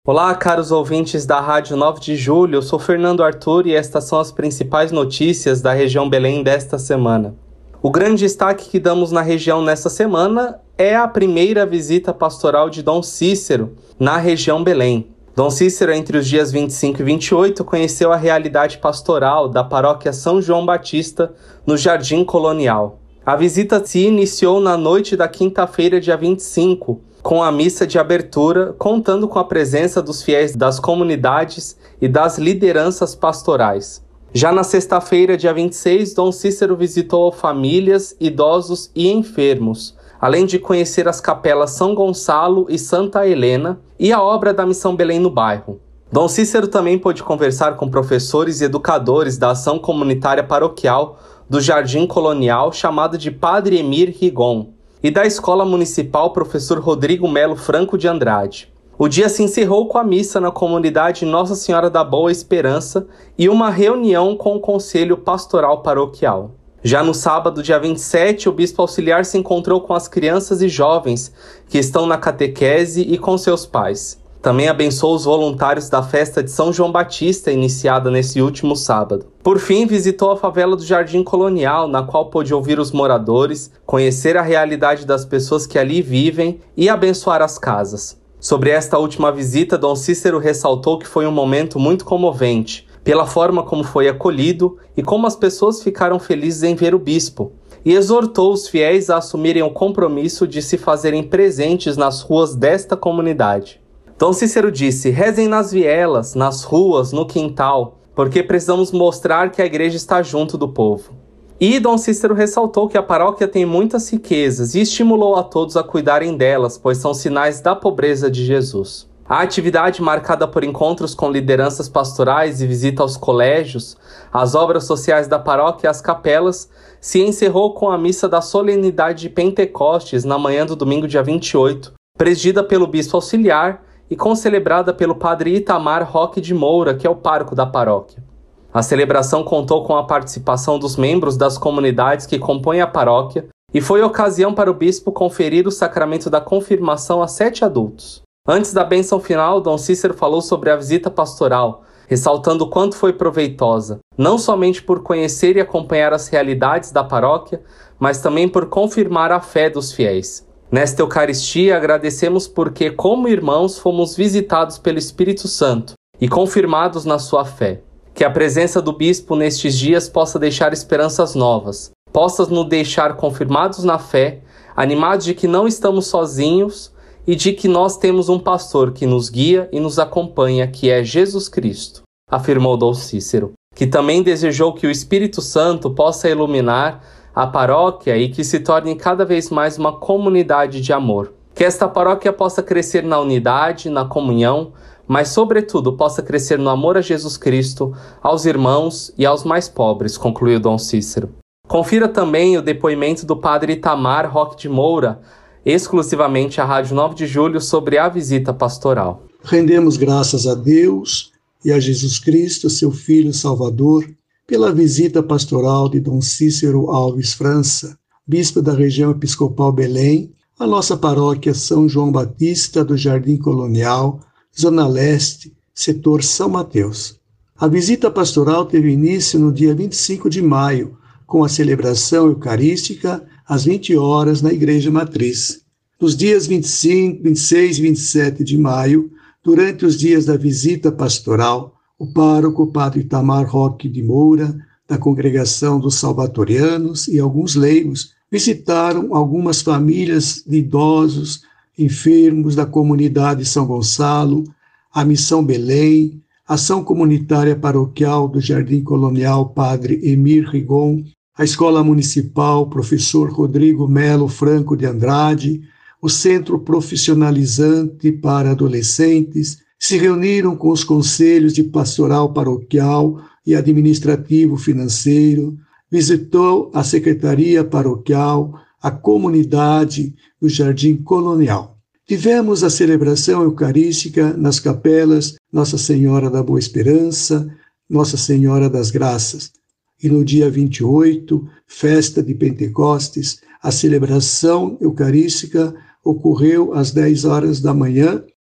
Olá, caros ouvintes da Rádio 9 de Julho, eu sou Fernando Arthur e estas são as principais notícias da região Belém desta semana. O grande destaque que damos na região nesta semana é a primeira visita pastoral de Dom Cícero na região Belém. Dom Cícero, entre os dias 25 e 28, conheceu a realidade pastoral da paróquia São João Batista, no Jardim Colonial. A visita se iniciou na noite da quinta-feira, dia 25, com a missa de abertura, contando com a presença dos fiéis das comunidades e das lideranças pastorais. Já na sexta-feira, dia 26, Dom Cícero visitou famílias, idosos e enfermos, além de conhecer as capelas São Gonçalo e Santa Helena e a obra da Missão Belém no bairro. Dom Cícero também pôde conversar com professores e educadores da ação comunitária paroquial do Jardim Colonial, chamado de Padre Emir Rigon, e da Escola Municipal Professor Rodrigo Melo Franco de Andrade. O dia se encerrou com a missa na comunidade Nossa Senhora da Boa Esperança e uma reunião com o Conselho Pastoral Paroquial. Já no sábado, dia 27, o Bispo Auxiliar se encontrou com as crianças e jovens que estão na catequese e com seus pais. Também abençoou os voluntários da festa de São João Batista, iniciada nesse último sábado. Por fim, visitou a favela do Jardim Colonial, na qual pôde ouvir os moradores, conhecer a realidade das pessoas que ali vivem e abençoar as casas. Sobre esta última visita, Dom Cícero ressaltou que foi um momento muito comovente, pela forma como foi acolhido e como as pessoas ficaram felizes em ver o bispo, e exortou os fiéis a assumirem o compromisso de se fazerem presentes nas ruas desta comunidade. Dom Cícero disse: rezem nas vielas, nas ruas, no quintal, porque precisamos mostrar que a igreja está junto do povo. E Dom Cícero ressaltou que a paróquia tem muitas riquezas e estimulou a todos a cuidarem delas, pois são sinais da pobreza de Jesus. A atividade, marcada por encontros com lideranças pastorais e visita aos colégios, as obras sociais da paróquia e as capelas, se encerrou com a missa da solenidade de Pentecostes na manhã do domingo dia 28, presidida pelo Bispo Auxiliar e concelebrada pelo Padre Itamar Roque de Moura, que é o pároco da paróquia. A celebração contou com a participação dos membros das comunidades que compõem a paróquia e foi ocasião para o bispo conferir o sacramento da confirmação a 7 adultos. Antes da bênção final, Dom Cícero falou sobre a visita pastoral, ressaltando o quanto foi proveitosa, não somente por conhecer e acompanhar as realidades da paróquia, mas também por confirmar a fé dos fiéis. Nesta Eucaristia, agradecemos porque, como irmãos, fomos visitados pelo Espírito Santo e confirmados na sua fé. Que a presença do Bispo nestes dias possa deixar esperanças novas, possa nos deixar confirmados na fé, animados de que não estamos sozinhos e de que nós temos um pastor que nos guia e nos acompanha, que é Jesus Cristo, afirmou Dom Cícero, que também desejou que o Espírito Santo possa iluminar a paróquia e que se torne cada vez mais uma comunidade de amor. Que esta paróquia possa crescer na unidade, na comunhão, mas sobretudo possa crescer no amor a Jesus Cristo, aos irmãos e aos mais pobres, concluiu Dom Cícero. Confira também o depoimento do Padre Itamar Roque de Moura, exclusivamente à Rádio 9 de Julho, sobre a visita pastoral. Rendemos graças a Deus e a Jesus Cristo, seu Filho Salvador, pela visita pastoral de Dom Cícero Alves França, bispo da região episcopal Belém, à nossa paróquia São João Batista do Jardim Colonial, Zona Leste, setor São Mateus. A visita pastoral teve início no dia 25 de maio, com a celebração eucarística às 20 horas na Igreja Matriz. Nos dias 25, 26 e 27 de maio, durante os dias da visita pastoral, o pároco Padre Itamar Roque de Moura, da Congregação dos Salvatorianos e alguns leigos, visitaram algumas famílias de idosos, enfermos da comunidade São Gonçalo, a Missão Belém, a Ação Comunitária Paroquial do Jardim Colonial Padre Emir Rigon, a Escola Municipal Professor Rodrigo Melo Franco de Andrade, o Centro Profissionalizante para Adolescentes, se reuniram com os conselhos de pastoral paroquial e administrativo financeiro, visitou a secretaria paroquial, a comunidade do Jardim Colonial. Tivemos a celebração eucarística nas capelas Nossa Senhora da Boa Esperança, Nossa Senhora das Graças. E no dia 28, festa de Pentecostes, a celebração eucarística ocorreu às 10 horas da manhã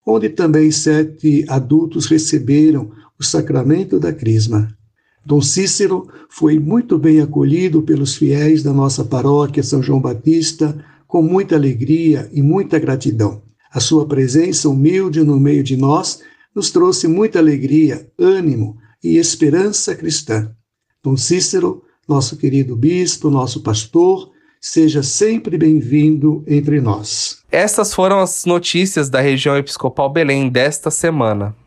onde também 7 adultos receberam o sacramento da Crisma. Dom Cícero foi muito bem acolhido pelos fiéis da nossa paróquia São João Batista, com muita alegria e muita gratidão. A sua presença humilde no meio de nós nos trouxe muita alegria, ânimo e esperança cristã. Dom Cícero, nosso querido bispo, nosso pastor, seja sempre bem-vindo entre nós. Essas foram as notícias da região episcopal Belém desta semana.